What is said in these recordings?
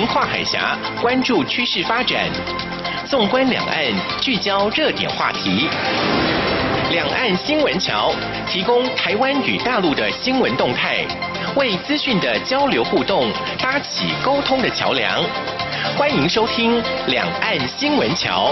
跨海峡，关注趋势发展。纵观两岸，聚焦热点话题。两岸新闻桥提供台湾与大陆的新闻动态，为资讯的交流互动搭起沟通的桥梁。欢迎收听《两岸新闻桥》。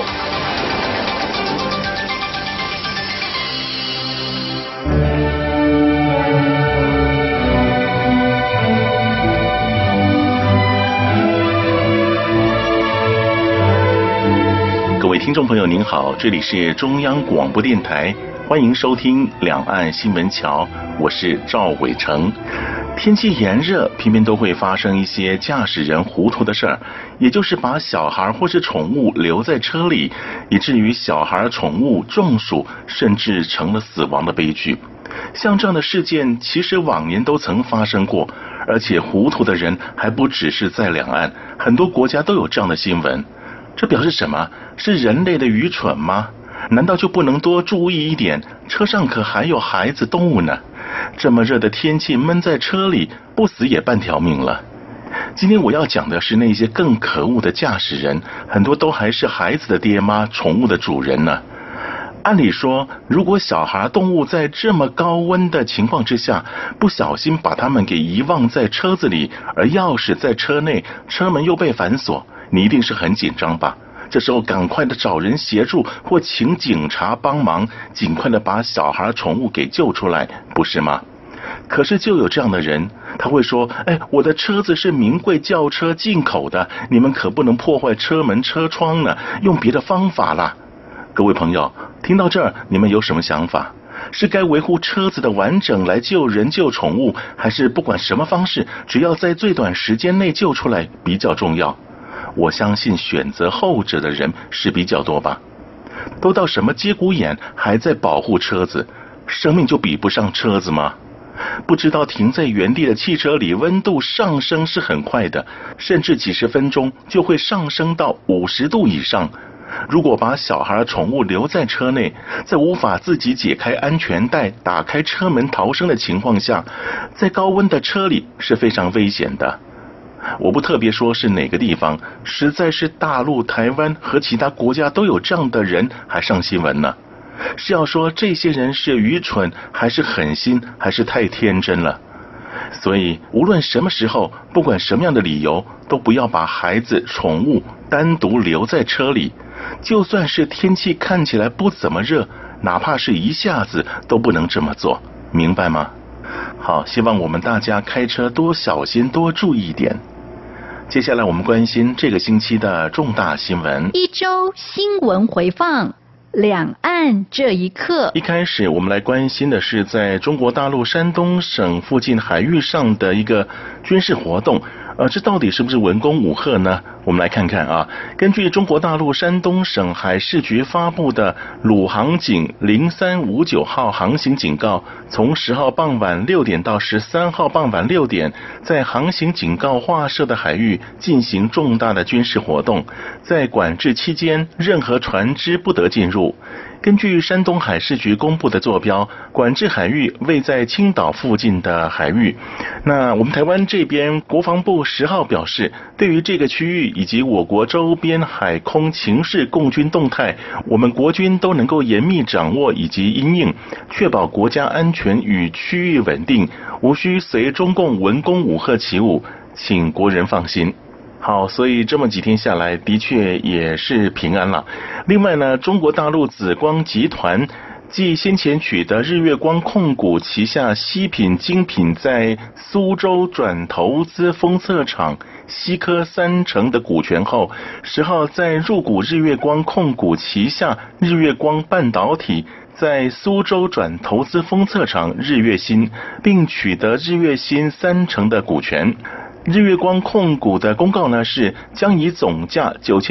各位听众朋友您好，这里是中央广播电台，欢迎收听两岸新闻桥，我是赵伟成。天气炎热，偏偏都会发生一些驾驶人糊涂的事儿，也就是把小孩或是宠物留在车里，以至于小孩宠物中暑，甚至成了死亡的悲剧。像这样的事件其实往年都曾发生过，而且糊涂的人还不只是在两岸，很多国家都有这样的新闻。这表示什么？是人类的愚蠢吗？难道就不能多注意一点？车上可还有孩子动物呢。这么热的天气，闷在车里，不死也半条命了。今天我要讲的是那些更可恶的驾驶人，很多都还是孩子的爹妈、宠物的主人呢。按理说，如果小孩动物在这么高温的情况之下，不小心把它们给遗忘在车子里，而钥匙在车内，车门又被反锁，你一定是很紧张吧？这时候赶快的找人协助，或请警察帮忙，尽快的把小孩宠物给救出来，不是吗？可是就有这样的人，他会说，我的车子是名贵轿车进口的，你们可不能破坏车门车窗呢，用别的方法啦。各位朋友，听到这儿，你们有什么想法？是该维护车子的完整来救人救宠物，还是不管什么方式，只要在最短时间内救出来比较重要？我相信选择后者的人是比较多吧。都到什么节骨眼还在保护车子，生命就比不上车子吗？不知道停在原地的汽车里温度上升是很快的，甚至几十分钟就会上升到50度以上。如果把小孩宠物留在车内，在无法自己解开安全带、打开车门逃生的情况下，在高温的车里是非常危险的。我不特别说是哪个地方，实在是大陆、台湾和其他国家都有这样的人还上新闻呢。是要说这些人是愚蠢，还是狠心，还是太天真了？所以无论什么时候，不管什么样的理由，都不要把孩子、宠物单独留在车里。就算是天气看起来不怎么热，哪怕是一下子都不能这么做，明白吗？好，希望我们大家开车多小心，多注意一点。接下来我们关心这个星期的重大新闻。 一周新闻回放，两岸这一刻。 一开始我们来关心的是在中国大陆山东省附近海域上的一个军事活动。这到底是不是文攻武吓呢？我们来看看啊。根据中国大陆山东省海事局发布的鲁航警0359号航行警告，从10号傍晚6点到13号傍晚6点，在航行警告划设的海域进行重大的军事活动，在管制期间，任何船只不得进入。根据山东海事局公布的坐标，管制海域位在青岛附近的海域。那我们台湾这边国防部10号表示，对于这个区域以及我国周边海空情势共军动态，我们国军都能够严密掌握以及因应，确保国家安全与区域稳定，无需随中共文攻武吓起舞，请国人放心。好，所以这么几天下来，的确也是平安了。另外呢，中国大陆紫光集团继先前取得日月光控股旗下西品精品在苏州转投资封测厂西科30%的股权后，10号再入股日月光控股旗下日月光半导体在苏州转投资封测厂日月新，并取得日月新30%的股权。日月光控股的公告呢是将以总价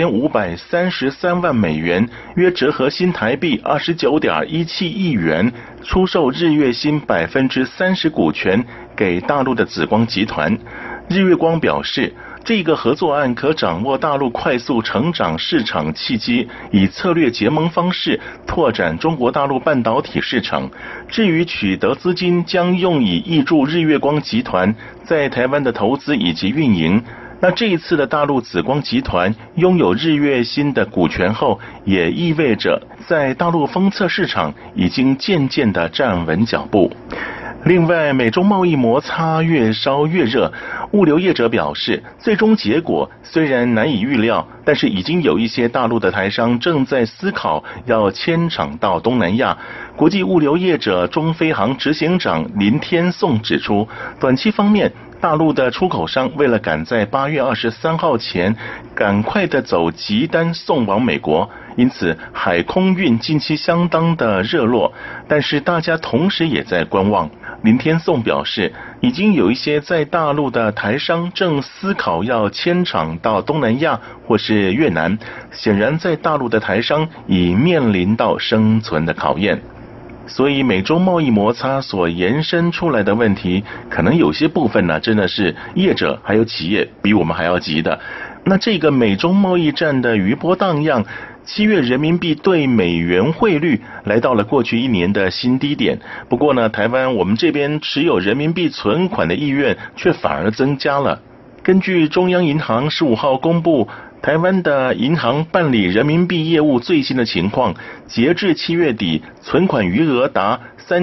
9533万美元，约折合新台币29.17亿元，出售日月新30%股权给大陆的紫光集团。日月光表示，这个合作案可掌握大陆快速成长市场契机，以策略结盟方式拓展中国大陆半导体市场。至于取得资金，将用以挹注日月光集团在台湾的投资以及运营。 那这一次的大陆紫光集团拥有日月星的股权后，也意味着在大陆封测市场已经渐渐地站稳脚步。另外，美中贸易摩擦越烧越热，物流业者表示，最终结果虽然难以预料，但是已经有一些大陆的台商正在思考要迁厂到东南亚。国际物流业者中飞航执行长林天颂指出，短期方面，大陆的出口商为了赶在8月23号前赶快的走急单送往美国，因此海空运近期相当的热络，但是大家同时也在观望。林天颂表示，已经有一些在大陆的台商正思考要迁厂到东南亚或是越南，显然在大陆的台商已面临到生存的考验。所以美中贸易摩擦所延伸出来的问题，可能有些部分呢，真的是业者还有企业比我们还要急的。那这个美中贸易战的余波荡漾，7月人民币对美元汇率来到了过去1年的新低点。不过呢，台湾我们这边持有人民币存款的意愿却反而增加了。根据中央银行15号公布台湾的银行办理人民币业务最新的情况，截至7月底，存款余额达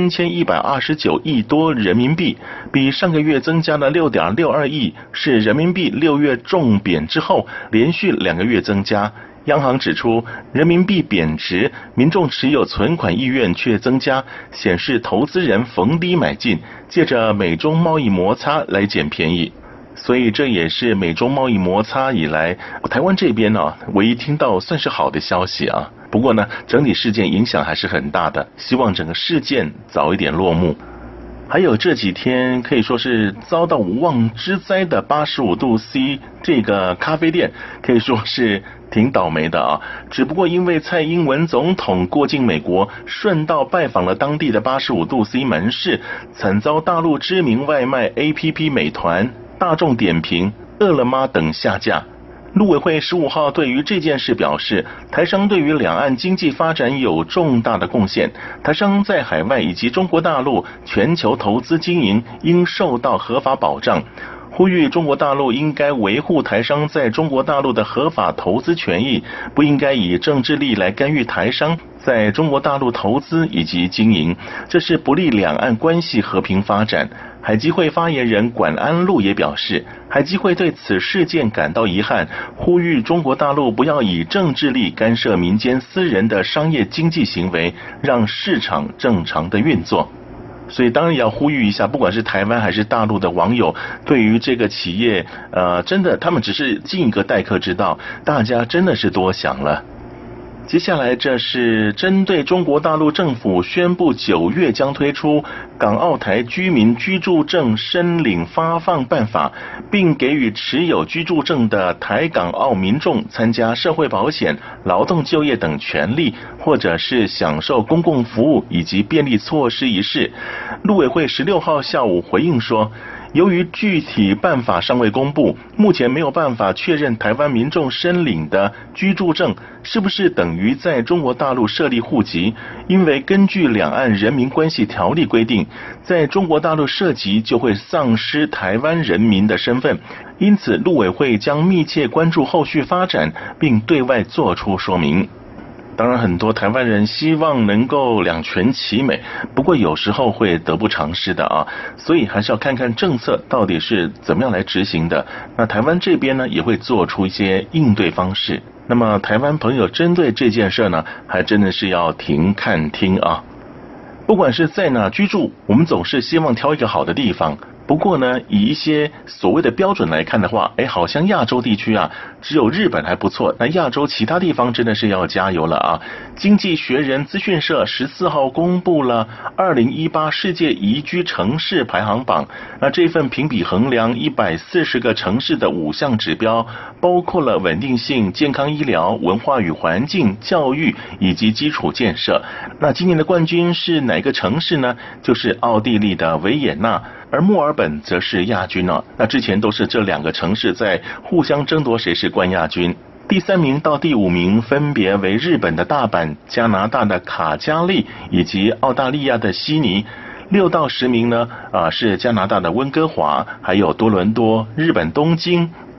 3129亿多人民币，比上个月增加了6.62亿，是人民币6月重贬之后连续2个月增加。央行指出，人民币贬值，民众持有存款意愿却增加，显示投资人逢低买进，借着美中贸易摩擦来捡便宜。所以这也是美中贸易摩擦以来，台湾这边唯一听到算是好的消息啊。不过呢，整体事件影响还是很大的，希望整个事件早一点落幕。还有这几天可以说是遭到无妄之灾的85度 C 这个咖啡店，可以说是挺倒霉的啊。只不过因为蔡英文总统过境美国，顺道拜访了当地的85度 C 门市，惨遭大陆知名外卖 APP 美团、大众点评、饿了么等下架。陆委会15号对于这件事表示，台商对于两岸经济发展有重大的贡献，台商在海外以及中国大陆全球投资经营应受到合法保障，呼吁中国大陆应该维护台商在中国大陆的合法投资权益，不应该以政治力来干预台商在中国大陆投资以及经营，这是不利两岸关系和平发展。海基会发言人管安陆也表示，海基会对此事件感到遗憾，呼吁中国大陆不要以政治力干涉民间私人的商业经济行为，让市场正常的运作。所以当然要呼吁一下，不管是台湾还是大陆的网友，对于这个企业，真的他们只是尽一个待客之道，大家真的是多想了。接下来这是针对中国大陆政府宣布9月将推出港澳台居民居住证申领发放办法，并给予持有居住证的台港澳民众参加社会保险、劳动就业等权利，或者是享受公共服务以及便利措施一事。陆委会16号下午回应说，由于具体办法尚未公布，目前没有办法确认台湾民众申领的居住证是不是等于在中国大陆设立户籍，因为根据两岸人民关系条例规定，在中国大陆涉籍就会丧失台湾人民的身份，因此陆委会将密切关注后续发展，并对外做出说明。当然很多台湾人希望能够两全其美，不过有时候会得不偿失的啊，所以还是要看看政策到底是怎么样来执行的。那台湾这边呢，也会做出一些应对方式。那么台湾朋友针对这件事呢，还真的是要停看听啊。不管是在哪居住，我们总是希望挑一个好的地方。不过呢，以一些所谓的标准来看的话，好像亚洲地区啊，只有日本还不错，那亚洲其他地方真的是要加油了啊！经济学人资讯社14号公布了2018世界宜居城市排行榜，那这份评比衡量140个城市的5项指标，包括了稳定性、健康医疗、文化与环境、教育以及基础建设。那今年的冠军是哪个城市呢？就是奥地利的维也纳。而墨尔本则是亚军啊，那之前都是这2个城市在互相争夺谁是冠亚军。第3名到第5名分别为日本的大阪、加拿大的卡加利以及澳大利亚的悉尼。6到10名呢是加拿大的温哥华，还有多伦多、日本东京、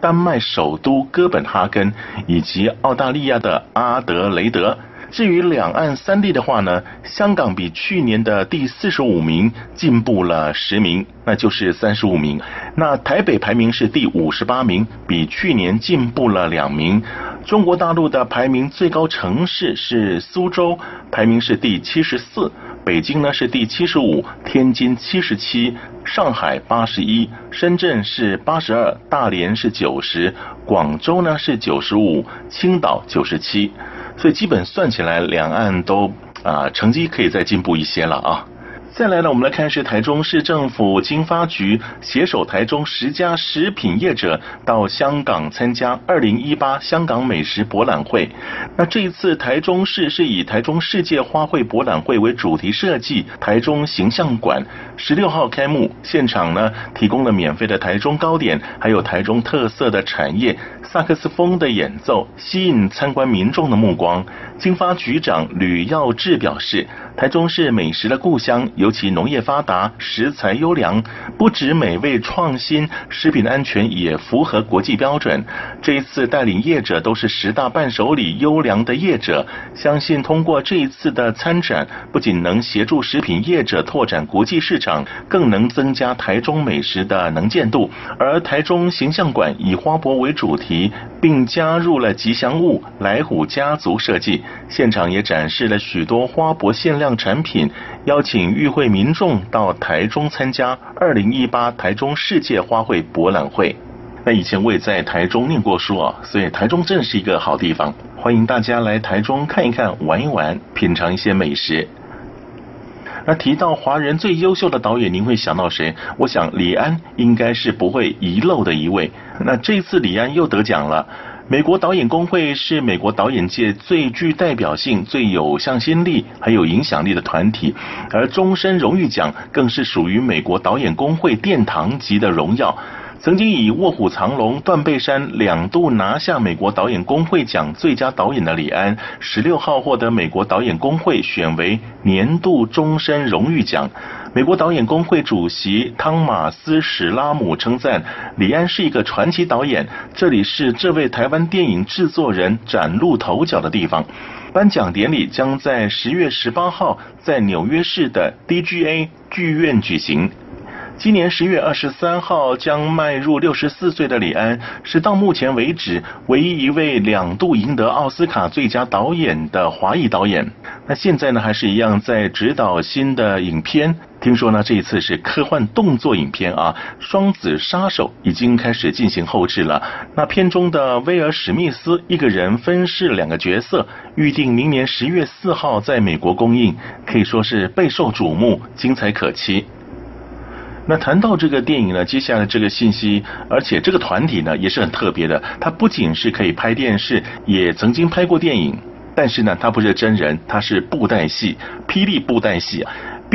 丹麦首都哥本哈根以及澳大利亚的阿德雷德。至于两岸三地的话呢，香港比去年的第45名进步了10名，那就是35名。那台北排名是第58名，比去年进步了2名。中国大陆的排名最高城市是苏州，排名是第74，北京呢是第75，天津77，上海81，深圳是82，大连是90，广州呢是95，青岛97。所以基本算起来，两岸都成绩可以再进步一些了啊。再来呢，我们来看是台中市政府经发局携手台中10家食品业者到香港参加2018香港美食博览会。那这一次台中市是以台中世界花卉博览会为主题设计台中形象馆，16号开幕，现场呢提供了免费的台中糕点，还有台中特色的产业，萨克斯风的演奏，吸引参观民众的目光。经发局长吕耀智表示，台中是美食的故乡，尤其农业发达，食材优良，不止美味创新，食品安全也符合国际标准。这一次带领业者都是10大伴手礼优良的业者，相信通过这一次的参展，不仅能协助食品业者拓展国际市场，更能增加台中美食的能见度。而台中形象馆以花博为主题，并加入了吉祥物来虎家族设计，现场也展示了许多花博限量产品，邀请与会民众到台中参加2018台中世界花卉博览会。那以前我也在台中念过书啊，所以台中真是一个好地方，欢迎大家来台中看一看、玩一玩，品尝一些美食。那提到华人最优秀的导演，您会想到谁？我想李安应该是不会遗漏的一位。那这次李安又得奖了。美国导演工会是美国导演界最具代表性、最有向心力还有影响力的团体，而终身荣誉奖更是属于美国导演工会殿堂级的荣耀。曾经以《卧虎藏龙》、《断背山》2度拿下美国导演工会奖最佳导演的李安，16号获得美国导演工会选为年度终身荣誉奖。美国导演工会主席汤马斯·史拉姆称赞李安是一个传奇导演，这里是这位台湾电影制作人崭露头角的地方。颁奖典礼将在10月18号在纽约市的 DGA 剧院举行。今年10月23号将迈入64岁的李安，是到目前为止唯一一位2度赢得奥斯卡最佳导演的华裔导演。那现在呢，还是一样在指导新的影片，听说呢这一次是科幻动作影片啊，《双子杀手》已经开始进行后制了。那片中的威尔史密斯一个人分饰2个角色，预定明年10月4号在美国公映，可以说是备受瞩目，精彩可期。那谈到这个电影呢，接下来这个信息，而且这个团体呢也是很特别的，它不仅是可以拍电视，也曾经拍过电影，但是呢它不是真人，它是布袋戏，霹雳布袋戏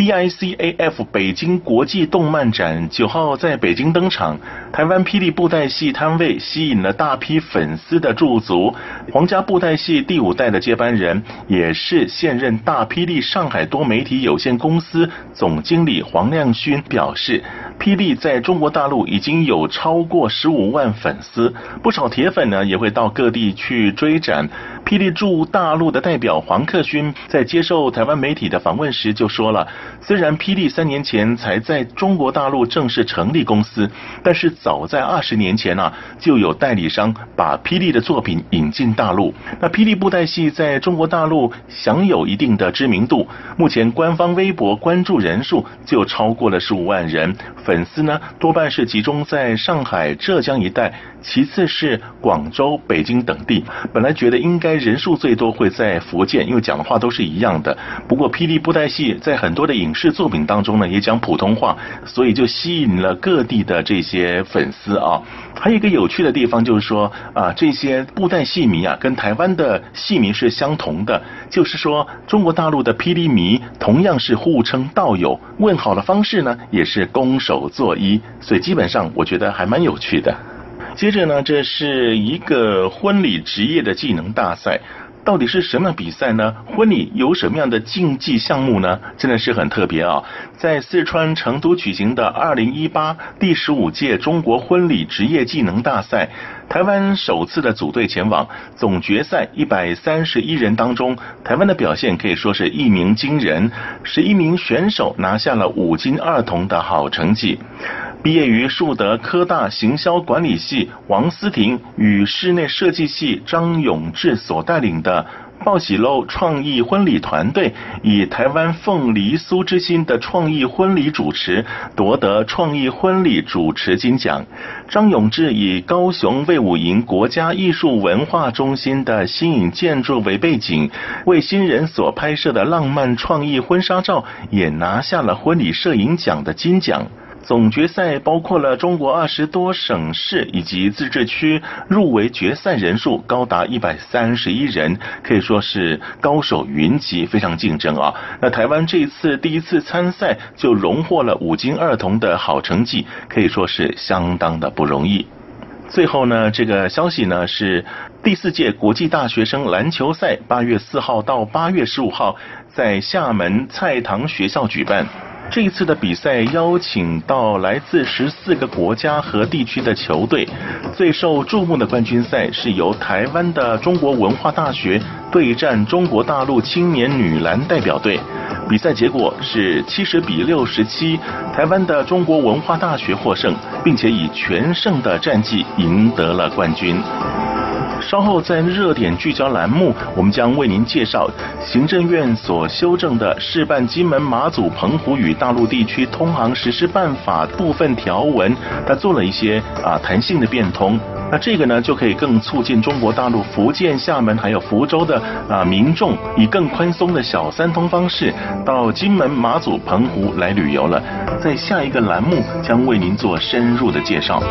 BICAF 北京国际动漫展9号在北京登场，台湾霹雳布袋戏摊位吸引了大批粉丝的驻足。皇家布袋戏第5代的接班人，也是现任大霹雳上海多媒体有限公司总经理黄亮勋表示，霹雳在中国大陆已经有超过15万粉丝，不少铁粉呢也会到各地去追展。霹雳驻大陆的代表黄克勋在接受台湾媒体的访问时就说了，虽然霹雳3年前才在中国大陆正式成立公司，但是早在20年前就有代理商把霹雳的作品引进大陆。那霹雳布袋戏在中国大陆享有一定的知名度，目前官方微博关注人数就超过了15万人，粉丝呢多半是集中在上海、浙江一带，其次是广州、北京等地。本来觉得应该人数最多会在福建，因为讲的话都是一样的。不过霹雳布袋戏在很多的影视作品当中呢也讲普通话，所以就吸引了各地的这些粉丝啊。还有一个有趣的地方就是说这些布袋戏迷跟台湾的戏迷是相同的，就是说中国大陆的霹雳迷同样是互称道友，问好的方式呢也是拱手作揖，所以基本上我觉得还蛮有趣的。接着呢，这是一个婚礼职业的技能大赛。 到底是什么样的比赛呢？婚礼有什么样的竞技项目呢？真的是很特别啊！在四川成都举行的2018第15届中国婚礼职业技能大赛，台湾首次的组队前往总决赛131人当中，台湾的表现可以说是一鸣惊人，11名选手拿下了5金2铜的好成绩。毕业于树德科大行销管理系王思婷与室内设计系张永志所带领的报喜楼创意婚礼团队，以台湾凤梨酥之心的创意婚礼主持夺得创意婚礼主持金奖。张永志以高雄卫武营国家艺术文化中心的新颖建筑为背景，为新人所拍摄的浪漫创意婚纱照也拿下了婚礼摄影奖的金奖。总决赛包括了中国20多省市以及自治区，入围决赛人数高达131人，可以说是高手云集，非常竞争啊。那台湾这一次第一次参赛就荣获了5金2铜的好成绩，可以说是相当的不容易。最后呢，这个消息呢是第4届国际大学生篮球赛8月4号到8月15号在厦门菜堂学校举办。这一次的比赛邀请到来自14个国家和地区的球队，最受注目的冠军赛是由台湾的中国文化大学对战中国大陆青年女篮代表队。比赛结果是70比67，台湾的中国文化大学获胜，并且以全胜的战绩赢得了冠军。稍后在热点聚焦栏目，我们将为您介绍行政院所修正的《示范金门、马祖、澎湖与大陆地区通航实施办法》部分条文，它做了一些弹性的变通。那这个呢，就可以更促进中国大陆福建、厦门还有福州的民众以更宽松的小三通方式到金门、马祖、澎湖来旅游了。在下一个栏目将为您做深入的介绍。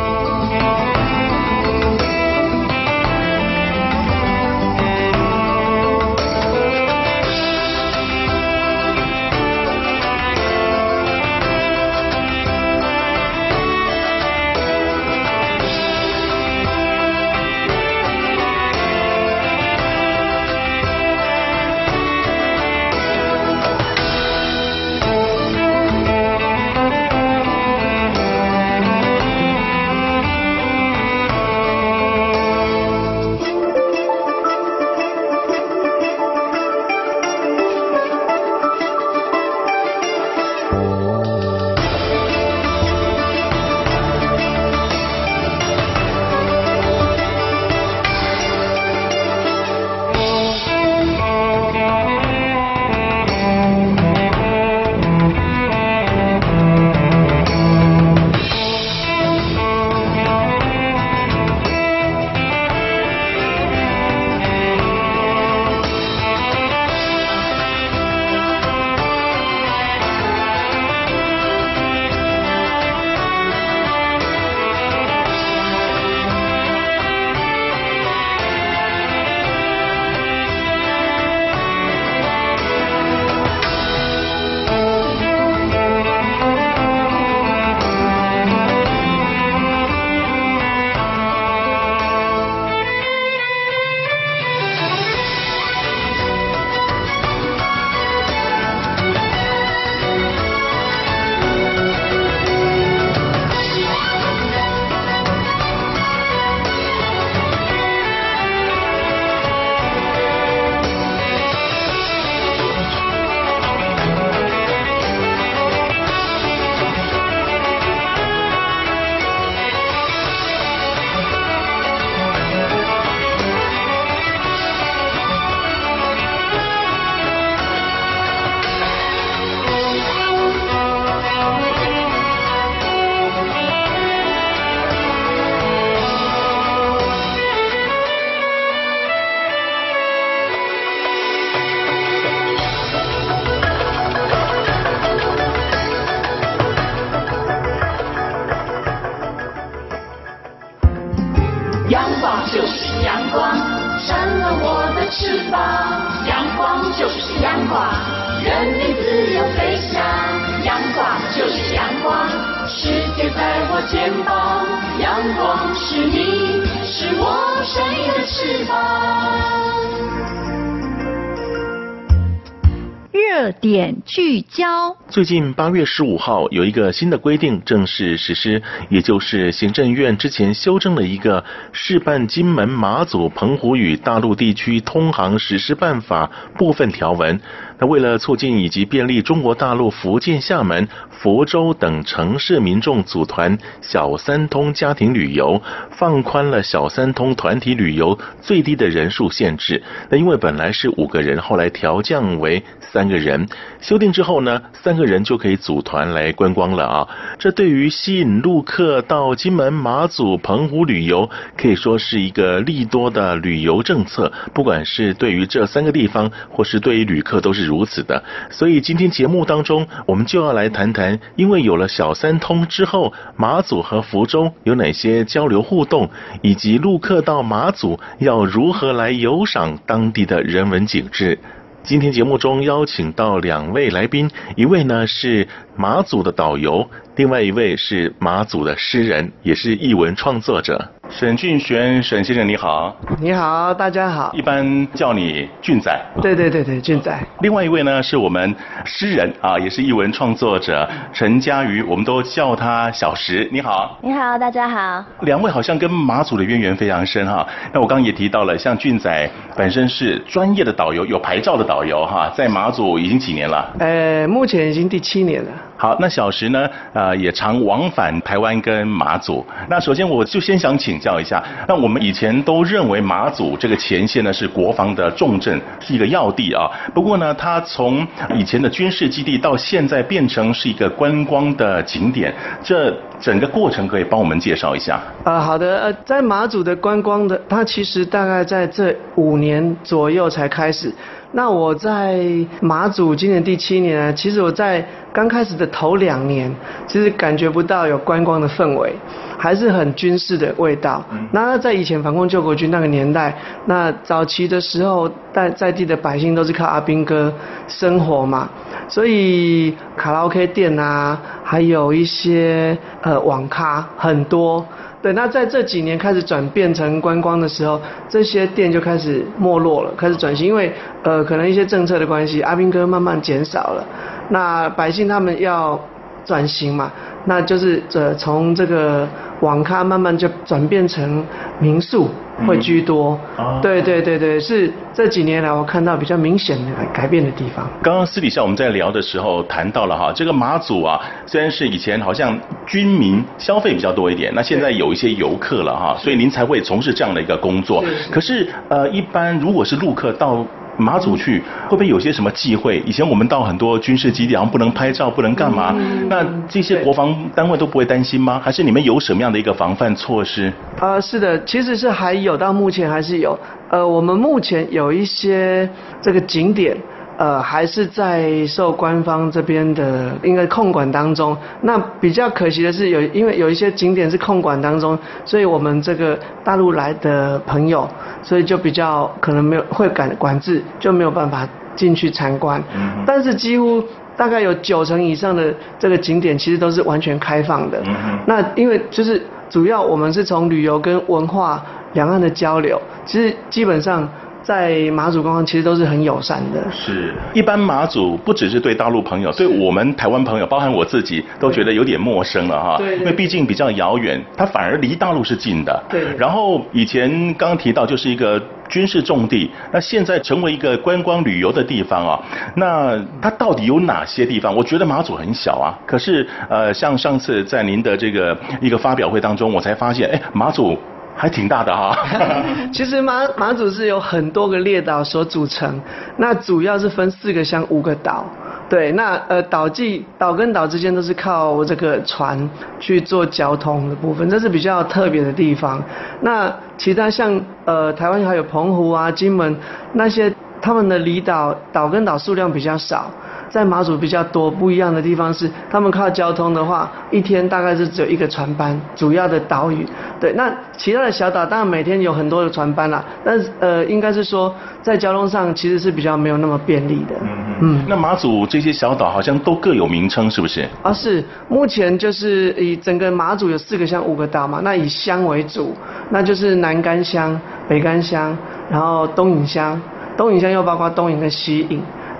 热点聚焦。 最近8月15号有一个新的规定正式实施，也就是行政院之前修正了一个试办金门、马祖、澎湖与大陆地区通航实施办法部分条文。那为了促进以及便利中国大陆福建厦门、福州等城市民众组团小三通家庭旅游，放宽了小三通团体旅游最低的人数限制。那因为本来是5个人，后来调降为3个人。修订之后呢，3个人就可以组团来观光了啊。这对于吸引陆客到金门、马祖、澎湖旅游，可以说是一个利多的旅游政策，不管是对于这3个地方，或是对于旅客都是如此的。所以今天节目当中，我们就要来谈谈，因为有了小三通之后，马祖和福州有哪些交流互动，以及陆客到马祖要如何来游赏当地的人文景致。今天节目中邀请到2位来宾，一位呢是马祖的导游，另外一位是马祖的诗人，也是艺文创作者。沈俊玄，沈先生你好。 你好，大家好。 一般叫你俊仔。 对，俊仔。 另外一位呢是我们诗人啊，也是艺文创作者陈嘉瑜，我们都叫他小石。你好。 你好，大家好。 2位好像跟马祖的渊源非常深哈。那我刚刚也提到了，像俊仔本身是专业的导游，有牌照的导游哈，在马祖已经几年了？ 目前已经第7年了。 好，那小石呢，也常往返台湾跟马祖。那首先我就先想请教一下，那我们以前都认为马祖这个前线呢是国防的重镇，是一个要地啊。不过呢，它从以前的军事基地到现在变成是一个观光的景点，这整个过程可以帮我们介绍一下？ 好的，在马祖的观光的，它其实大概在这5年左右才开始。那我在马祖今年第7年呢，其实我在刚开始的头2年，其实感觉不到有观光的氛围，还是很军事的味道。那在以前反共救国军那个年代，那早期的时候，在地的百姓都是靠阿兵哥生活嘛，所以卡拉 OK 店啊，还有一些网咖很多。对，那在这几年开始转变成观光的时候，这些店就开始没落了，开始转型，因为可能一些政策的关系，阿兵哥慢慢减少了，那百姓他们要转型嘛，那就是从这个网咖慢慢就转变成民宿会居多。对，是这几年来我看到比较明显的改变的地方。 刚刚私底下我们在聊的时候谈到了哈，这个马祖啊，虽然是以前好像军民消费比较多一点，那现在有一些游客了哈，所以您才会从事这样的一个工作。可是一般如果是陆客到马祖去，会不会有些什么忌讳？以前我们到很多军事基地，好像不能拍照，不能干嘛？那这些国防单位都不会担心吗？还是你们有什么样的一个防范措施？ 是的，其实是还有，到目前还是有。我们目前有一些这个景点。还是在受官方这边的应该控管当中。那比较可惜的是因为有一些景点是控管当中，所以我们这个大陆来的朋友，所以就比较可能没有会管制，就没有办法进去参观。但是几乎大概有90%以上的这个景点其实都是完全开放的。那因为就是主要我们是从旅游跟文化两岸的交流，其实基本上在马祖观光其实都是很友善的。 是，一般马祖不只是对大陆朋友，对我们台湾朋友，包含我自己，都觉得有点陌生了哈。对，因为毕竟比较遥远，它反而离大陆是近的。对。然后以前刚刚提到就是一个军事重地，那现在成为一个观光旅游的地方啊，那它到底有哪些地方？我觉得马祖很小啊，可是像上次在您的这个一个发表会当中，我才发现，马祖还挺大的哈。 其实马祖是有很多个列岛所组成，那主要是分4个乡5个岛。对，那岛跟岛之间都是靠这个船去做交通的部分，这是比较特别的地方。那其他像台湾还有澎湖啊、金门那些，他们的离岛跟岛数量比较少。在马祖比较多不一样的地方是，他们靠交通的话，一天大概是只有1个船班，主要的岛屿。对，那其他的小岛当然每天有很多的船班啦，但是应该是说在交通上其实是比较没有那么便利的。 那马祖这些小岛好像都各有名称，是不是？ 是，目前就是以整个马祖有4个乡5个岛嘛，那以乡为主，那就是南竿乡、北竿乡，然后东引乡又包括东引跟西引。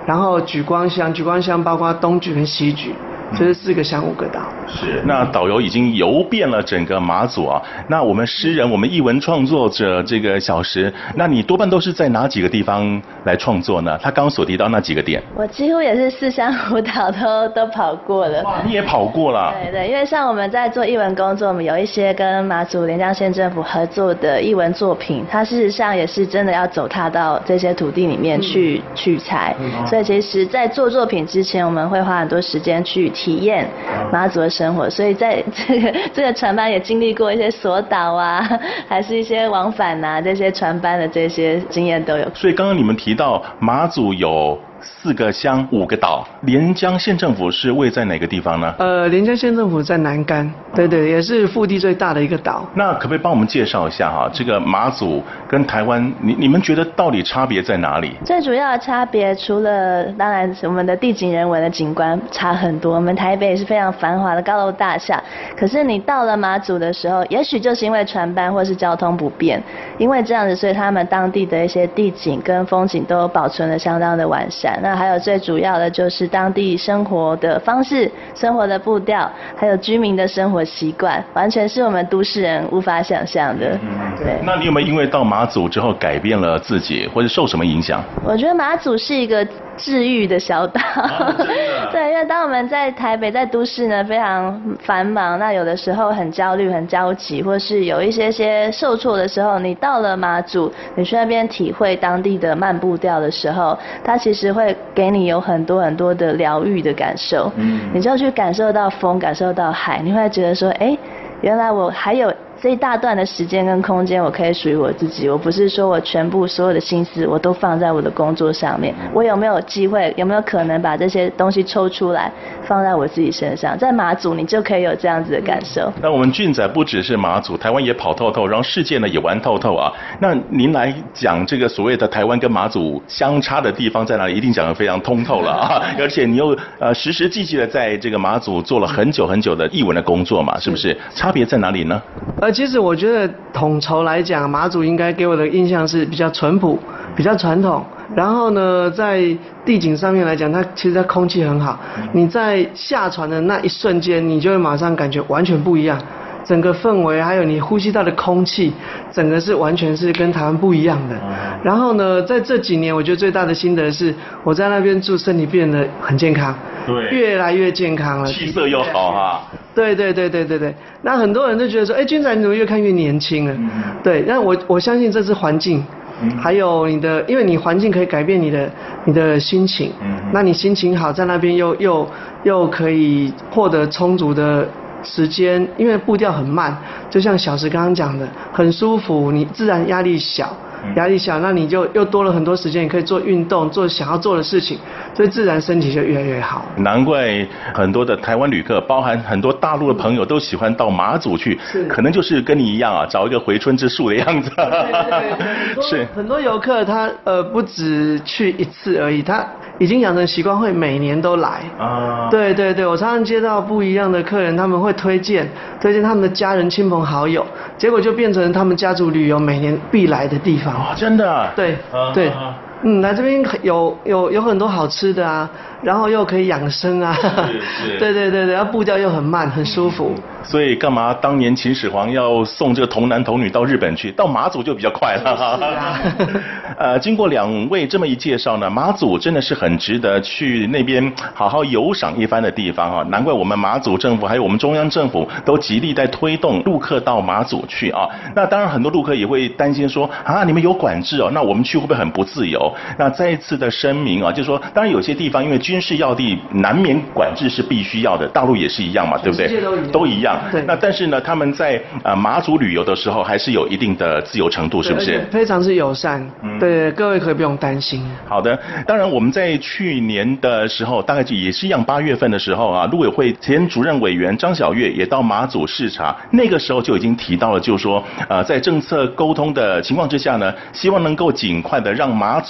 然后莒光乡包括东莒跟西莒。就是4个乡5个岛。 是，那导游已经游遍了整个马祖啊。那我们诗人，我们艺文创作者这个小石，那你多半都是在哪几个地方来创作呢？他刚刚所提到那几个点， 我几乎也是4乡5岛都跑过了。 哇，你也跑过了。 对，因为像我们在做艺文工作，我们有一些跟马祖连江县政府合作的艺文作品，它事实上也是真的要走踏到这些土地里面去取材。所以其实在做作品之前，我们会花很多时间去体验马祖的生活，所以在这个船班也经历过一些锁岛啊，还是一些往返啊，这些船班的这些经验都有。 所以刚刚你们提到马祖有4个乡5个岛，连江县政府是位在哪个地方呢？ 连江县政府在南竿，对，也是腹地最大的一个岛。 那可不可以帮我们介绍一下哈，这个马祖跟台湾，你们觉得到底差别在哪里？ 最主要的差别，除了当然我们的地景人文的景观差很多，我们台北也是非常繁华的高楼大厦，可是你到了马祖的时候，也许就是因为船班或是交通不便，因为这样子，所以他们当地的一些地景跟风景都保存的相当的完善。那还有最主要的就是当地生活的方式、生活的步调，还有居民的生活习惯，完全是我们都市人无法想象的。对。 那你有没有因为到马祖之后改变了自己，或者受什么影响？ 我觉得马祖是一个治愈的小岛。对，因为当我们在台北在都市呢非常繁忙，那有的时候很焦虑、很焦急，或是有一些受挫的时候，你到了马祖，你去那边体会当地的慢步调的时候，它其实会给你有很多很多的疗愈的感受。你就去感受到风，感受到海，你会觉得说，原来我还有这一大段的时间跟空间，我可以属于我自己。我不是说我全部所有的心思我都放在我的工作上面，我有没有机会，有没有可能把这些东西抽出来放在我自己身上？在马祖你就可以有这样子的感受。 那我们俊仔不只是马祖，台湾也跑透透，然后世界呢也玩透透啊。那您来讲这个所谓的台湾跟马祖相差的地方在哪里，一定讲得非常通透了啊！而且你又实实际际的在这个马祖做了很久很久的艺文的工作嘛，是不是？差别在哪里呢？ 其实我觉得统筹来讲，马祖应该给我的印象是比较淳朴、比较传统。然后呢，在地景上面来讲，其实它空气很好。你在下船的那一瞬间，你就会马上感觉完全不一样。整个氛围还有你呼吸到的空气，整个是完全是跟台湾不一样的。然后呢，在这几年，我觉得最大的心得是，我在那边住，身体变得很健康， 对， 越来越健康了， 气色又好哈。 对。那很多人都觉得说，君仔你怎么越看越年轻了？对，但我相信这是环境。还有因为你环境可以改变你的心情。那你心情好，在那边又可以获得充足的时间，因为步调很慢，就像小石刚刚讲的，很舒服，你自然压力小，那你就又多了很多时间，你可以做运动，做想要做的事情，所以自然身体就越来越好。难怪很多的台湾旅客，包含很多大陆的朋友都喜欢到马祖去，可能就是跟你一样啊，找一个回春之树的样子。 对，是很多游客他不止去一次而已，他已经养成习惯，会每年都来啊。对，我常常接到不一样的客人，他们会推荐他们的家人、亲朋好友，结果就变成他们家族旅游每年必来的地方。 真的？ 对。来这边有很多好吃的啊，然后又可以养生啊。是。对，然后步调又很慢，很舒服。 所以干嘛当年秦始皇要送这个童男童女到日本去，到马祖就比较快了。是啊。经过2位这么一介绍呢，马祖真的是很值得去那边好好游赏一番的地方啊！难怪我们马祖政府还有我们中央政府都极力在推动陆客到马祖去啊。那当然很多陆客也会担心说啊，你们有管制哦，那我们去会不会很不自由？那再一次的声明啊，就是说，当然有些地方因为军事要地，难免管制是必须要的，大陆也是一样嘛，对不对？都一样。对。那但是呢，他们在马祖旅游的时候，还是有一定的自由程度，是不是？ 非常之友善。对，各位可以不用担心。 好的，当然我们在去年的时候，大概也是一样，8月份的时候啊，陆委会前主任委员张晓月也到马祖视察，那个时候就已经提到了，就是说，在政策沟通的情况之下呢，希望能够尽快的让马祖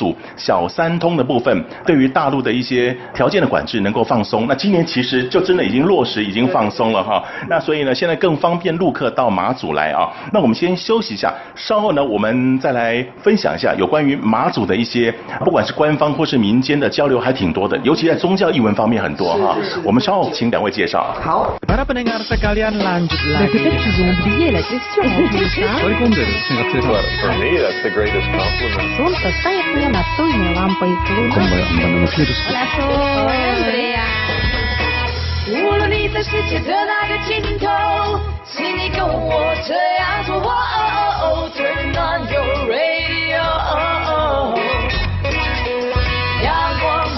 祖小三通的部分，对于大陆的一些条件的管制能够放松。那今年其实就真的已经落实，已经放松了哈。那所以呢，现在更方便陆客到马祖来啊。那我们先休息一下，稍后呢，我们再来分享一下有关于马祖的一些，不管是官方或是民间的交流，还挺多的，尤其在宗教艺文方面很多哈。我们稍后请两位介绍。 好。 Para pendengar sekalian lanjut lagi. For me, that's the greatest compliment. Untuk saya punya batu melampaui Turn on your radio. 阳光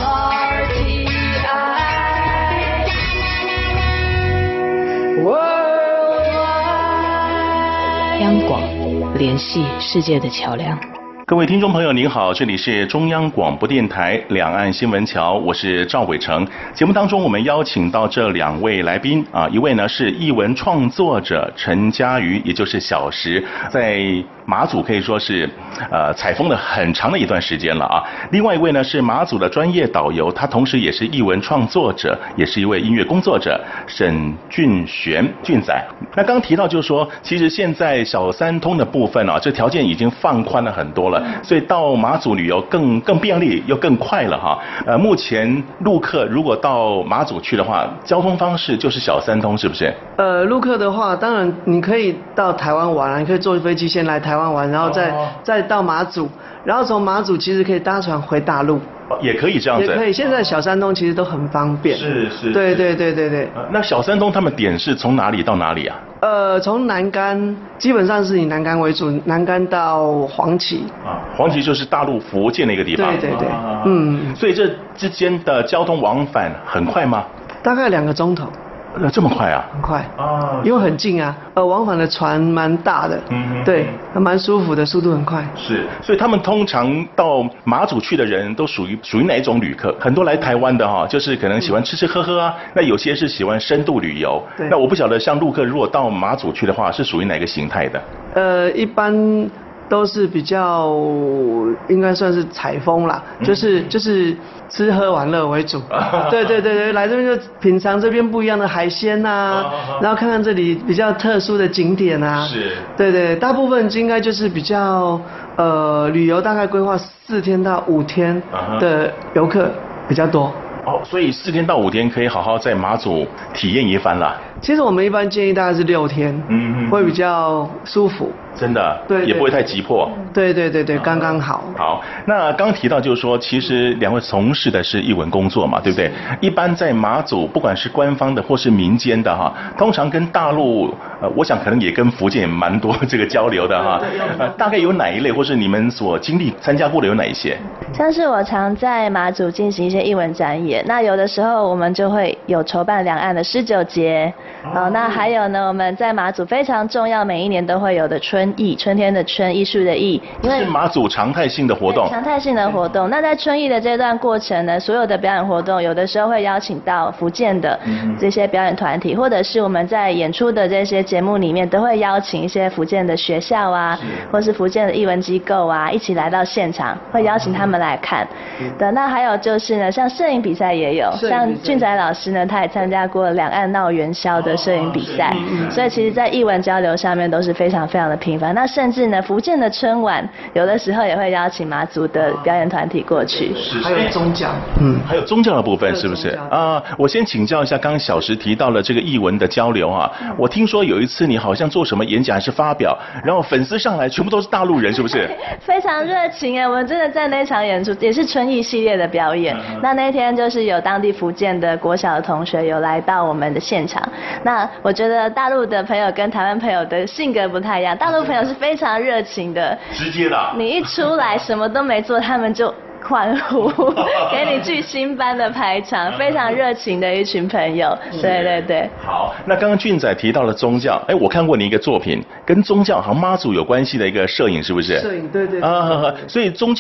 RTI。 央广联系世界的桥梁。 各位听众朋友您好，这里是中央广播电台两岸新闻桥，我是赵伟成。节目当中我们邀请到这两位来宾啊，一位呢是艺文创作者陈嘉瑜，也就是小石，在马祖可以说是采风了很长的一段时间了啊。另外一位呢是马祖的专业导游，他同时也是艺文创作者，也是一位音乐工作者，沈俊玄俊仔。那刚提到就是说，其实现在小三通的部分啊，这条件已经放宽了很多了。所以到马祖旅游更便利又更快了哈。目前陆客如果到马祖去的话，交通方式就是小三通，是不是？ 陆客的话，当然你可以到台湾玩啊，你可以坐飞机先来台湾玩，然后再到马祖，然后从马祖其实可以搭船回大陆。 也可以这样子， 也可以。现在小三通其实都很方便。 是。 对。 那小三通他们点是从哪里到哪里啊？ 从南竿，基本上是以南竿为主，南竿到黄岐。 黄岐就是大陆福建的一个地方。 对。 所以这之间的交通往返很快吗？ 大概2个钟头。 这么快啊？ 很快啊，因为很近啊，往返的船蛮大的，对，还蛮舒服的，速度很快。 是，所以他们通常到马祖去的人都属于哪一种旅客？很多来台湾的哈，就是可能喜欢吃吃喝喝啊，那有些是喜欢深度旅游。那我不晓得像陆客如果到马祖去的话，是属于哪个形态的？ 一般都是比较应该算是采风啦，就是吃喝玩乐为主。对，来这边就品尝这边不一样的海鲜啊，然后看看这里比较特殊的景点啊。 是。 对，大部分应该就是比较旅游大概规划4天到5天的游客比较多。 所以4天到5天可以好好在马祖体验一番了。 其实我们一般建议大概是6天，会比较舒服。 真的， 对， 也不会太急迫。 对，刚刚好。 好，那刚提到就是说，其实两位从事的是艺文工作嘛，对不对？一般在马祖，不管是官方的或是民间的哈，通常跟大陆，我想可能也跟福建也蛮多这个交流的哈。大概有哪一类，或是你们所经历参加过的有哪一些？ 像是我常在马祖进行一些艺文展演，那有的时候我们就会有筹办两岸的诗酒节。那还有呢，我们在马祖非常重要，每一年都会有的春艺，春天的春，艺术的艺，因为是马祖常态性的活动。 常态性的活动。那在春艺的这段过程呢，所有的表演活动，有的时候会邀请到福建的这些表演团体，或者是我们在演出的这些节目里面，都会邀请一些福建的学校啊，或是福建的艺文机构啊，一起来到现场，会邀请他们来看。对，那还有就是呢，像摄影比赛也有，像俊仔老师呢，他也参加过两岸闹元宵的摄影比赛，所以其实在艺文交流上面都是非常非常的频繁。那甚至呢，福建的春晚有的时候也会邀请马祖的表演团体过去。 还有宗教， 还有宗教的部分是不是啊？我先请教一下，刚刚小石提到了这个艺文的交流啊，我听说有一次你好像做什么演讲还是发表，然后粉丝上来全部都是大陆人，是不是？ 非常热情哎，我们真的在那场演出也是春艺系列的表演。那天就是有当地福建的国小的同学有来到我们的现场。那我觉得大陆的朋友跟台湾朋友的性格不太一样，大陆朋友是非常热情的， 直接的。 你一出来什么都没做，他们就欢呼，给你巨星般的排场，非常热情的一群朋友。对。 好，那刚刚俊仔提到了宗教，我看过你一个作品，跟宗教好像妈祖有关系的一个摄影，是不是？ 摄影，对。 所以宗教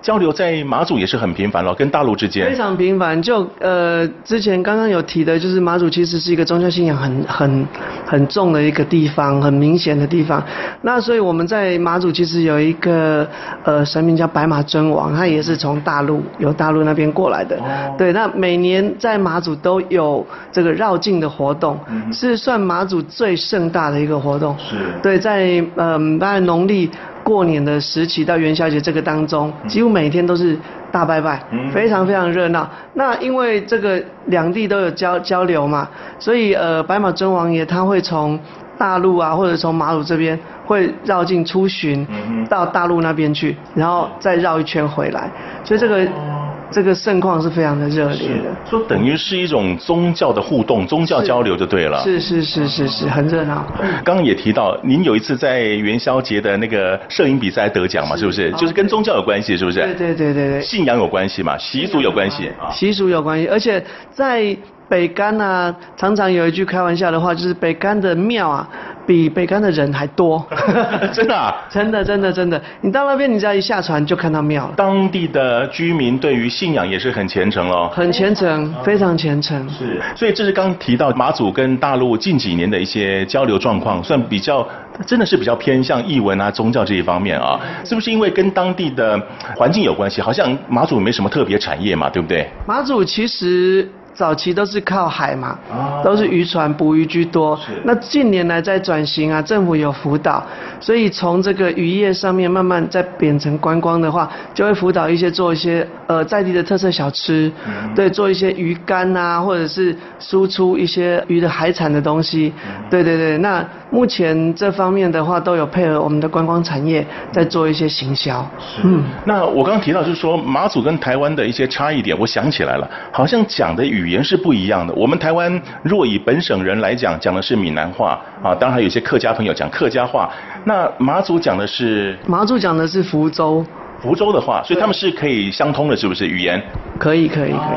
交流在马祖也是很频繁了，跟大陆之间非常频繁。就之前刚刚有提的，就是马祖其实是一个宗教信仰很重的一个地方，很明显的地方。那所以我们在马祖其实有一个神明叫白马尊王，他也是从由大陆那边过来的。对，那每年在马祖都有这个绕境的活动，是算马祖最盛大的一个活动。 是。 对，在大概农历过年的时期到元宵节这个当中，几乎每天都是大拜拜，非常非常热闹。那因为这个两地都有交流嘛，所以白马尊王爷他会从大陆啊，或者从马祖这边会绕境出巡，到大陆那边去，然后再绕一圈回来，所以这个盛况是非常的热烈的， 说等于是一种宗教的互动、宗教交流就对了。 是，很热闹。 刚刚也提到，您有一次在元宵节的那个摄影比赛得奖嘛，是不是？就是跟宗教有关系，是不是？ 对。 信仰有关系嘛，习俗有关系。 习俗有关系，而且在北竿啊，常常有一句开玩笑的话，就是北竿的庙啊，比北竿的人还多。 真的啊？ 真的，你到那边，你只要一下船就看到庙了。 当地的居民对于信仰也是很虔诚咯。 很虔诚，非常虔诚。 是，所以这是刚提到马祖跟大陆近几年的一些交流状况，算真的是比较偏向艺文啊、宗教这一方面啊，是不是因为跟当地的环境有关系？好像马祖没什么特别产业嘛，对不对？ 马祖其实早期都是靠海嘛，都是渔船捕鱼居多。那近年来在转型啊，政府有辅导，所以从这个渔业上面慢慢再变成观光的话，就会辅导做一些在地的特色小吃，对，做一些鱼干啊，或者是输出一些鱼的海产的东西。对。那目前这方面的话，都有配合我们的观光产业在做一些行销。 那我刚刚提到就是说马祖跟台湾的一些差异点，我想起来了，好像讲的语言是不一样的。我们台湾若以本省人来讲，讲的是闽南话啊，当然还有一些客家朋友讲客家话。那马祖讲的是福州的话，所以他们是可以相通的，是不是语言？ 可以。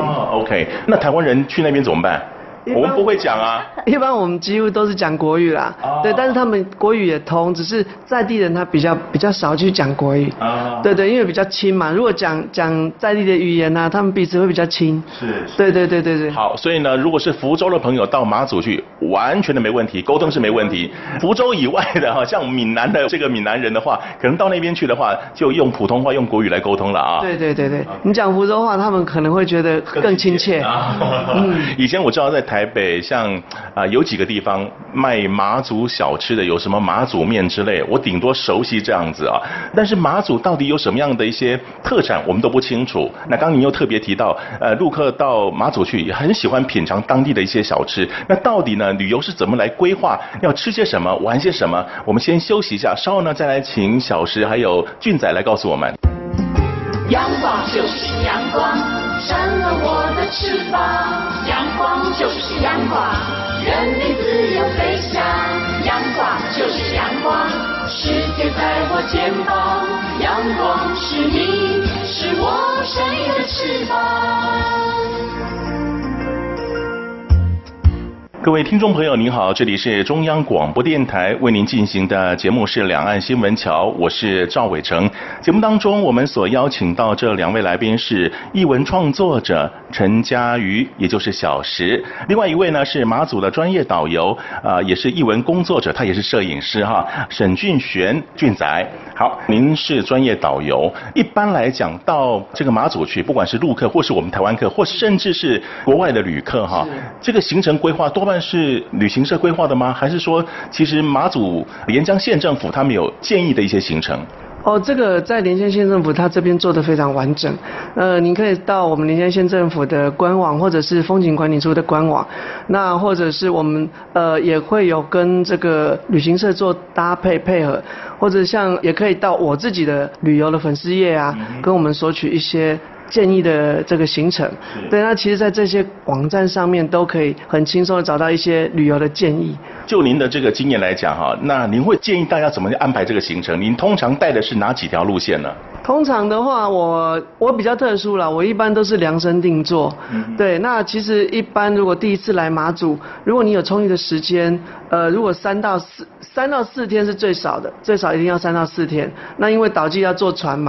OK， 那台湾人去那边怎么办？我们不会讲啊。 一般我们几乎都是讲国语啦，对，但是他们国语也通，只是在地人他比较少去讲国语。对，因为比较亲嘛。如果讲在地的语言啊，他们彼此会比较亲。是。对。 好，所以呢，如果是福州的朋友到马祖去，完全的没问题，沟通是没问题。福州以外的哈，像闽南的这个闽南人的话，可能到那边去的话，就用普通话、用国语来沟通了啊。 对，你讲福州话，他们可能会觉得更亲切。 以前我知道在台北像有几个地方卖马祖小吃的，有什么马祖面之类，我顶多熟悉这样子啊。但是马祖到底有什么样的一些特产，我们都不清楚。那刚刚您又特别提到，陆客到马祖去也很喜欢品尝当地的一些小吃。那到底呢，旅游是怎么来规划？要吃些什么，玩些什么？我们先休息一下，稍后呢再来请小石还有俊仔来告诉我们。 阳光就是阳光，扇了我的翅膀。阳光就是阳光，任你自由飞翔。阳光就是阳光，世界在我肩膀。阳光是你，是我生命的翅膀。 各位听众朋友您好，这里是中央广播电台为您进行的节目是两岸新闻桥，我是赵伟成。节目当中我们所邀请到这两位来宾是艺文创作者陈嘉瑜，也就是小石，另外一位呢是马祖的专业导游也是艺文工作者，他也是摄影师哈，沈俊玄俊仔。好，您是专业导游，一般来讲到这个马祖去，不管是陆客或是我们台湾客，或甚至是国外的旅客哈，这个行程规划多半是旅行社规划的吗？还是说其实马祖连江县政府他们有建议的一些行程？ 这个在连江县政府它这边做得非常完整。您可以到我们连江县政府的官网，或者是风景管理处的官网，那或者是我们也会有跟这个旅行社做搭配配合，或者像也可以到我自己的旅游的粉丝页啊，跟我们索取一些建议的这个行程。对，那其实在这些网站上面都可以很轻松的找到一些旅游的建议。 就您的这个经验来讲哈，那您会建议大家怎么安排这个行程？您通常带的是哪几条路线呢？ 通常的话，我比较特殊啦，我一般都是量身定做。对，那其实一般如果第一次来马祖，如果你有充裕的时间，如果3到4天是最少的，最少一定要3到4天。那因为岛际要坐船嘛，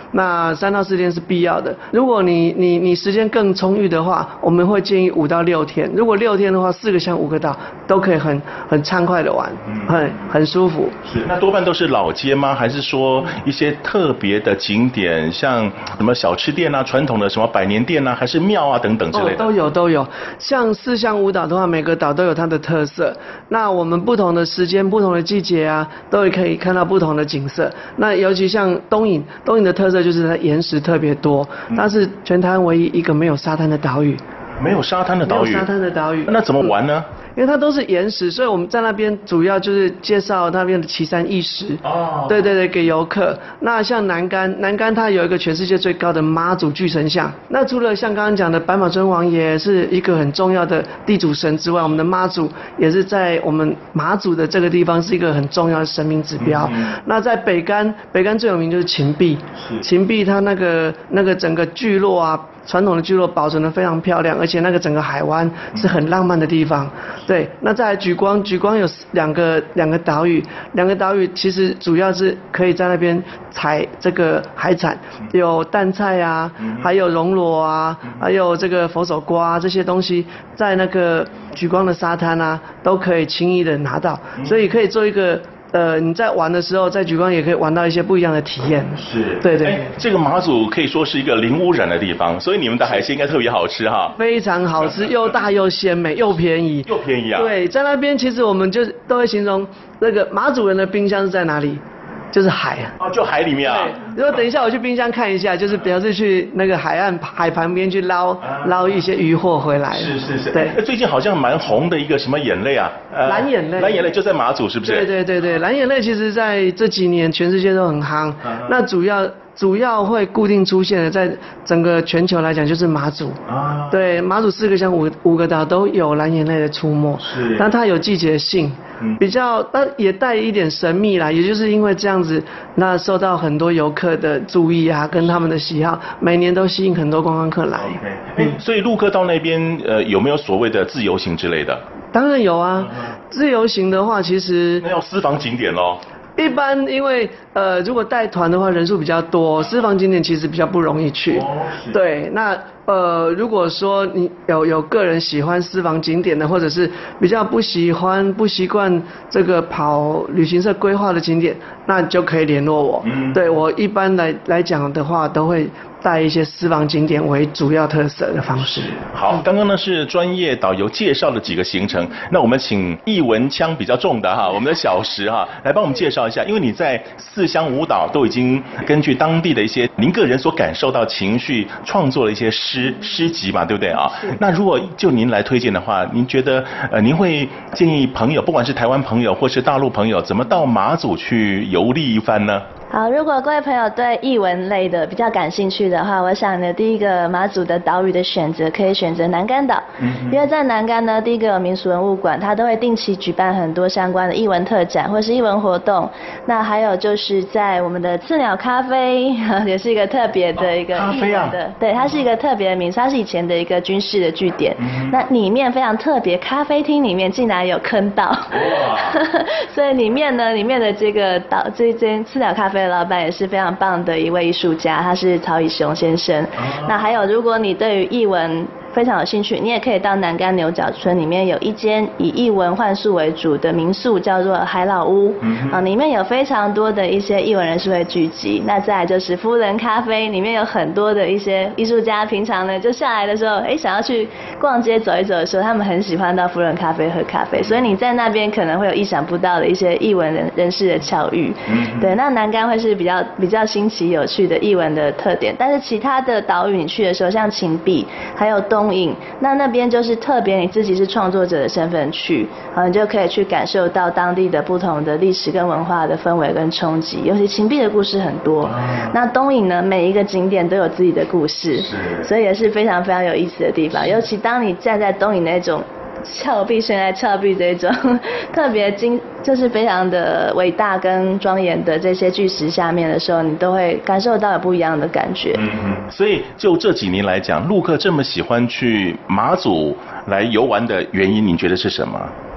那3到4天是必要的。如果你时间更充裕的话，我们会建议5到6天。如果6天的话，4个乡5个岛都可以很畅快的玩，很舒服。 是，那多半都是老街吗？还是说一些特别的景点，像什么小吃店啊、传统的什么百年店啊，还是庙啊等等之类的？ 都有。像4乡5岛的话，每个岛都有它的特色。那我们不同的时间、不同的季节啊，都可以看到不同的景色。那尤其像东引的特色就是它岩石特别多，它是全台湾唯一一个没有沙滩的岛屿。 没有沙滩的岛屿。 没有沙滩的岛屿。 那怎么玩呢？ 因为它都是岩石，所以我们在那边主要就是介绍那边的奇山异石。对，给游客。那像南竿它有一个全世界最高的妈祖巨神像。那除了像刚刚讲的白马尊王爷是一个很重要的地主神之外，我们的妈祖也是在我们马祖的这个地方是一个很重要的神明指标。那在北竿最有名就是芹壁。芹壁它那个整个聚落啊，传统的聚落保存得非常漂亮，而且那个整个海湾是很浪漫的地方。对，那再来莒光有两个岛屿其实主要是可以在那边采这个海产，有淡菜啊，还有榕螺啊，还有这个佛手瓜啊，这些东西在那个莒光的沙滩啊都可以轻易的拿到，所以可以做一个。你在玩的时候，在莒光也可以玩到一些不一样的体验。 是， 对。 这个马祖可以说是一个零污染的地方，所以你们的海鲜应该特别好吃哈。 非常好吃，又大又鲜美又便宜。 又便宜啊！ 对，在那边其实我们就都会形容那个马祖人的冰箱是在哪里？就是海啊。 就海里面啊。 如果等一下我去冰箱看一下，就是表示去那个海旁边去捞一些渔获回来。 是。 对。 最近好像蛮红的一个什么眼泪啊？ 蓝眼泪。 蓝眼泪就在马祖是不是？ 对，蓝眼泪其实在这几年全世界都很夯。那主要会固定出现的，在整个全球来讲就是马祖。对，马祖4个乡5个岛都有蓝眼泪的出没。 是。 但它有季节性。比较，但也带一点神秘啦，也就是因为这样子，那受到很多游客的注意啊，跟他们的喜好，每年都吸引很多观光客来。 所以陆客到那边有没有所谓的自由行之类的？ 当然有啊，自由行的话，其实那要私房景点咯。 一般因为如果带团的话人数比较多，私房景点其实比较不容易去。对，那如果说你有个人喜欢私房景点的，或者是比较不习惯这个跑旅行社规划的景点，那就可以联络我。对，我一般来讲的话，都会带一些私房景点为主要特色的方式。 好，刚刚呢是专业导游介绍了几个行程，那我们请艺文腔比较重的哈，我们的小石哈来帮我们介绍一下，因为你在4乡5岛都已经根据当地的一些您个人所感受到情绪创作了一些诗集嘛，对不对啊？那如果就您来推荐的话，您觉得您会建议朋友，不管是台湾朋友或是大陆朋友，怎么到马祖去游历一番呢？ 好，如果各位朋友对艺文类的比较感兴趣的话，我想呢，第一个马祖的岛屿的选择可以选择南竿岛，因为在南竿呢，第一个有民俗文物馆，它都会定期举办很多相关的艺文特展或是艺文活动。那还有就是在我们的刺鸟咖啡，也是一个特别的一个艺文的，对，它是一个特别的名，它是以前的一个军事的据点。那里面非常特别，咖啡厅里面竟然有坑道，所以里面的这个这间刺鸟咖啡的老板也是非常棒的一位艺术家，他是曹以雄先生。那还有，如果你对于艺文非常有兴趣，你也可以到南竿牛角村里面有一间以艺文幻术为主的民宿，叫做海老屋。里面有非常多的一些艺文人士会聚集。那再来就是夫人咖啡，里面有很多的一些艺术家，平常呢就下来的时候，想要去逛街走一走的时候，他们很喜欢到夫人咖啡喝咖啡，所以你在那边可能会有意想不到的一些艺文人士的巧遇。对，那南竿会是比较新奇有趣的艺文的特点，但是其他的岛屿你去的时候，像芹壁还有东引，那边就是特别你自己是创作者的身份去，你就可以去感受到当地的不同的历史跟文化的氛围跟冲击，尤其芹壁的故事很多。那东引呢，每一个景点都有自己的故事，所以也是非常非常有意思的地方。尤其当你站在东引那种峭壁悬崖峭壁这种特别就是非常的伟大跟庄严的这些巨石下面的时候，你都会感受到有不一样的感觉。 所以就这几年来讲，陆客这么喜欢去马祖来游玩的原因，你觉得是什么？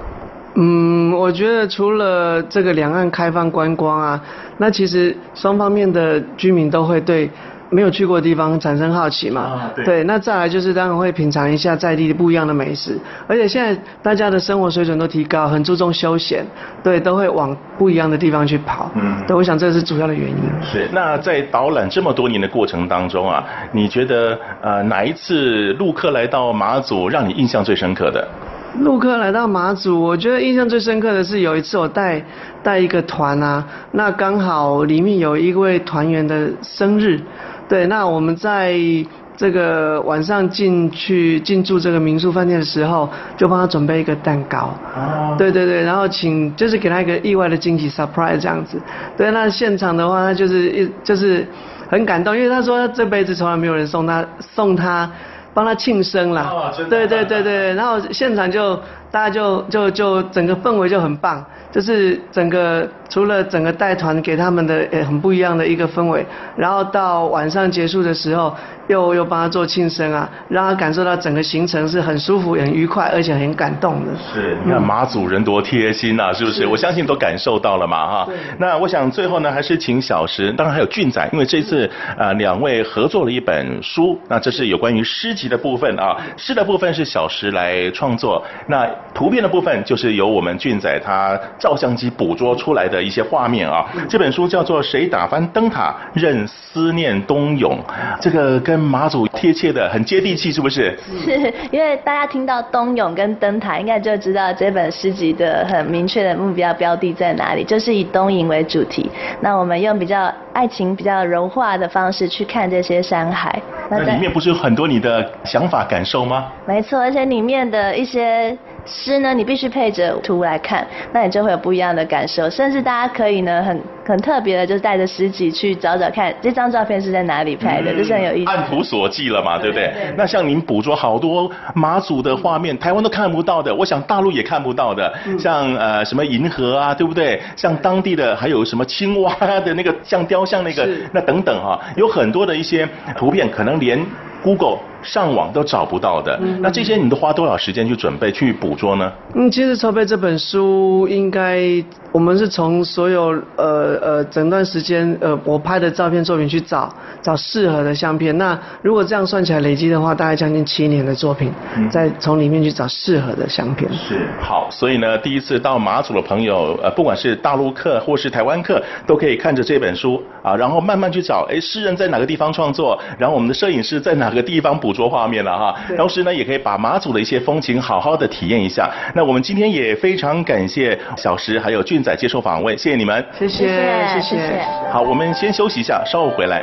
我觉得除了这个两岸开放观光啊，那其实双方面的居民都会对没有去过的地方产生好奇嘛。对，那再来就是当然会品尝一下在地不一样的美食，而且现在大家的生活水准都提高，很注重休闲，对，都会往不一样的地方去跑。对，我想这是主要的原因。 是，那在导览这么多年的过程当中啊，你觉得哪一次陆客来到马祖让你印象最深刻的？ 陆客来到马祖，我觉得印象最深刻的是有一次我带一个团啊，那刚好里面有一位团员的生日，对，那我们在这个晚上进驻这个民宿饭店的时候，就帮他准备一个蛋糕，对，然后就是给他一个意外的惊喜 surprise 这样子，对，那现场的话他就是很感动，因为他说他这辈子从来没有人送他帮他庆生啦，对，然后现场大家就整个氛围就很棒，就是除了整个带团给他们的很不一样的一个氛围，然后到晚上结束的时候又帮他做庆生啊，让他感受到整个行程是很舒服、很愉快，而且很感动的。 是，你看马祖人多贴心啊，是不是？我相信都感受到了嘛，哈。那我想最后呢，还是请小石，当然还有俊仔，因为这次两位合作了一本书，那这是有关于诗集的部分啊，诗的部分是小石来创作，那图片的部分就是由我们俊仔他照相机捕捉出来的一些画面啊。这本书叫做《谁打翻灯塔任思念东涌》，这个跟马祖贴切的很接地气，是不是？ 是，因为大家听到东涌跟灯塔，应该就知道这本诗集的很明确的目标标的在哪里，就是以东引为主题。那我们用比较爱情、比较柔化的方式去看这些山海。 那里面不是有很多你的想法感受吗？ 没错，而且里面的一些诗呢，你必须配着图来看，那你就会有不一样的感受。甚至大家可以呢，很特别的，就是带着诗集去找找看这张照片是在哪里拍的，这是很有意思。 按图索骥了嘛，对不对？那像您捕捉好多马祖的画面，台湾都看不到的，我想大陆也看不到的，像什么银河啊，对不对？像当地的还有什么青蛙的那个像雕像那个，那等等哈，有很多的一些图片，可能连 Google 上网都找不到的。那这些你都花多少时间去准备去捕捉呢？ 其实筹备这本书应该我们是从所有整段时间我拍的照片作品去找适合的相片。那如果这样算起来累积的话，大概将近7年的作品，再从里面去找适合的相片。 是，好，所以呢，第一次到马祖的朋友，不管是大陆客或是台湾客，都可以看着这本书啊，然后慢慢去找，诗人在哪个地方创作，然后我们的摄影师在哪个地方捕捉画面了哈。同时呢，也可以把马祖的一些风情好好的体验一下。那我们今天也非常感谢小石还有俊仔接受访问，谢谢你们， 谢谢。 好，我们先休息一下，稍后回来。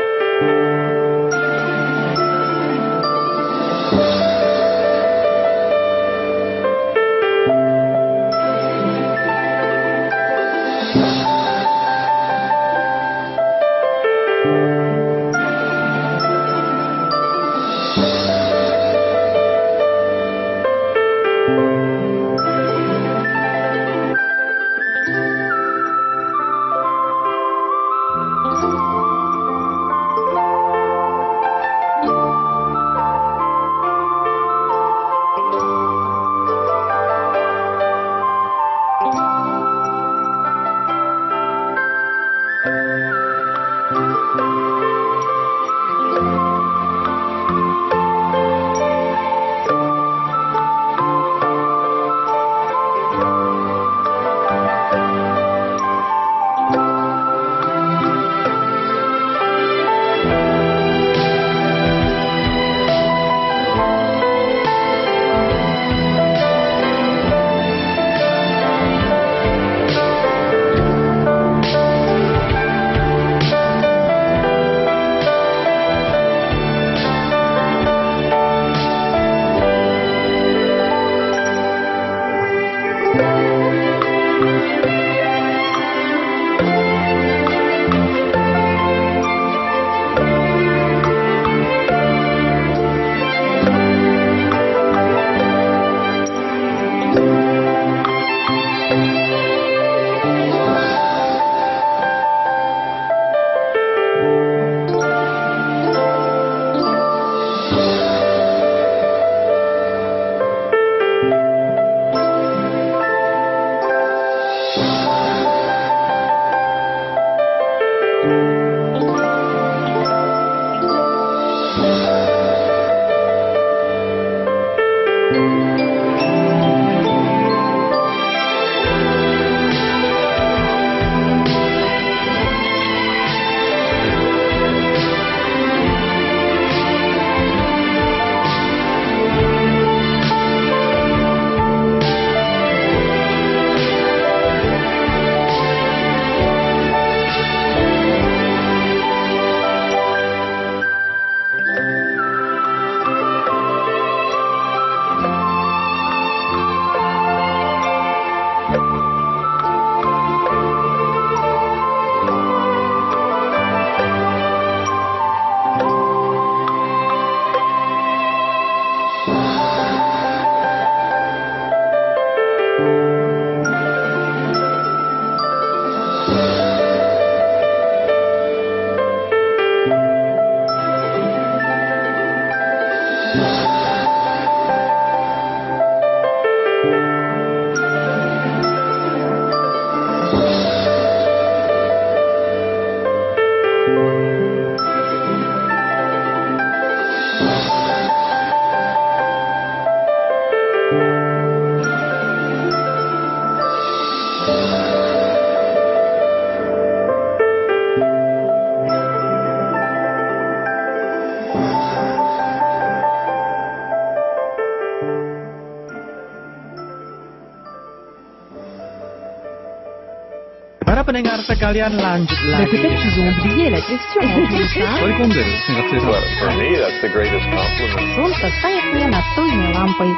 Para pendengar sekalian, lanjut lagi. Peut-être qu'ils ont oublié la question en tout ça. For me, that's the greatest compliment. Солнце стоит мне настольной лампой.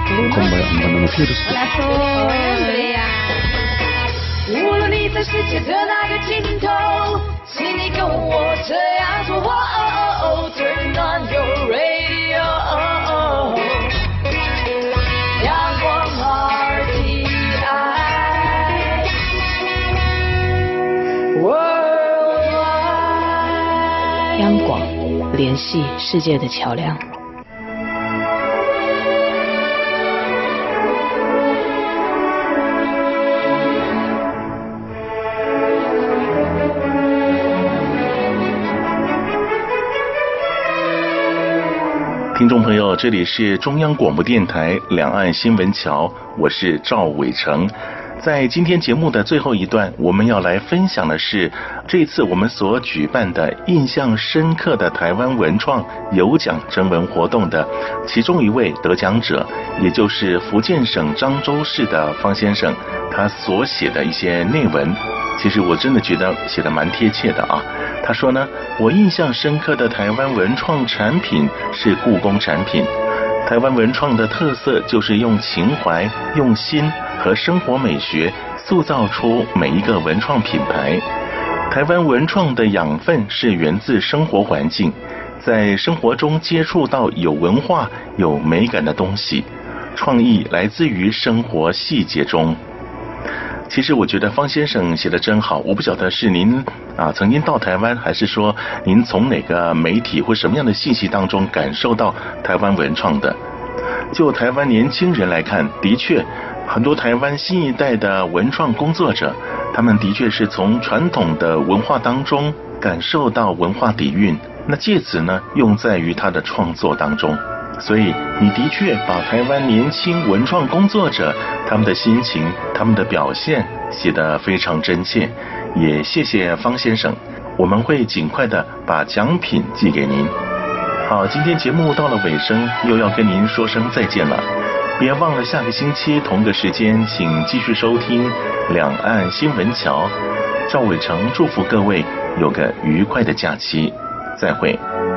无论你在世界的哪个尽头，请你跟我这样说。Turn on your radio， 阳光 RTI Worldwide。 央广，联系世界的桥梁。 听众朋友，这里是中央广播电台两岸新闻桥，我是赵伟成。在今天节目的最后一段，我们要来分享的是这次我们所举办的印象深刻的台湾文创有奖征文活动的其中一位得奖者，也就是福建省漳州市的方先生，他所写的一些内文，其实我真的觉得写得蛮贴切的啊。他说呢，我印象深刻的台湾文创产品是故宫产品。台湾文创的特色就是用情怀、用心和生活美学塑造出每一个文创品牌。台湾文创的养分是源自生活环境，在生活中接触到有文化、有美感的东西，创意来自于生活细节中。其实我觉得方先生写得真好，我不晓得是您曾经到台湾，还是说您从哪个媒体或什么样的信息当中感受到台湾文创的。就台湾年轻人来看，的确很多台湾新一代的文创工作者，他们的确是从传统的文化当中感受到文化底蕴，那借此呢用在于他的创作当中。所以你的确把台湾年轻文创工作者他们的心情、他们的表现写得非常真切，也谢谢方先生，我们会尽快的把奖品寄给您。好，今天节目到了尾声，又要跟您说声再见了，别忘了下个星期同个时间请继续收听两岸新闻桥。赵伟成祝福各位有个愉快的假期，再会。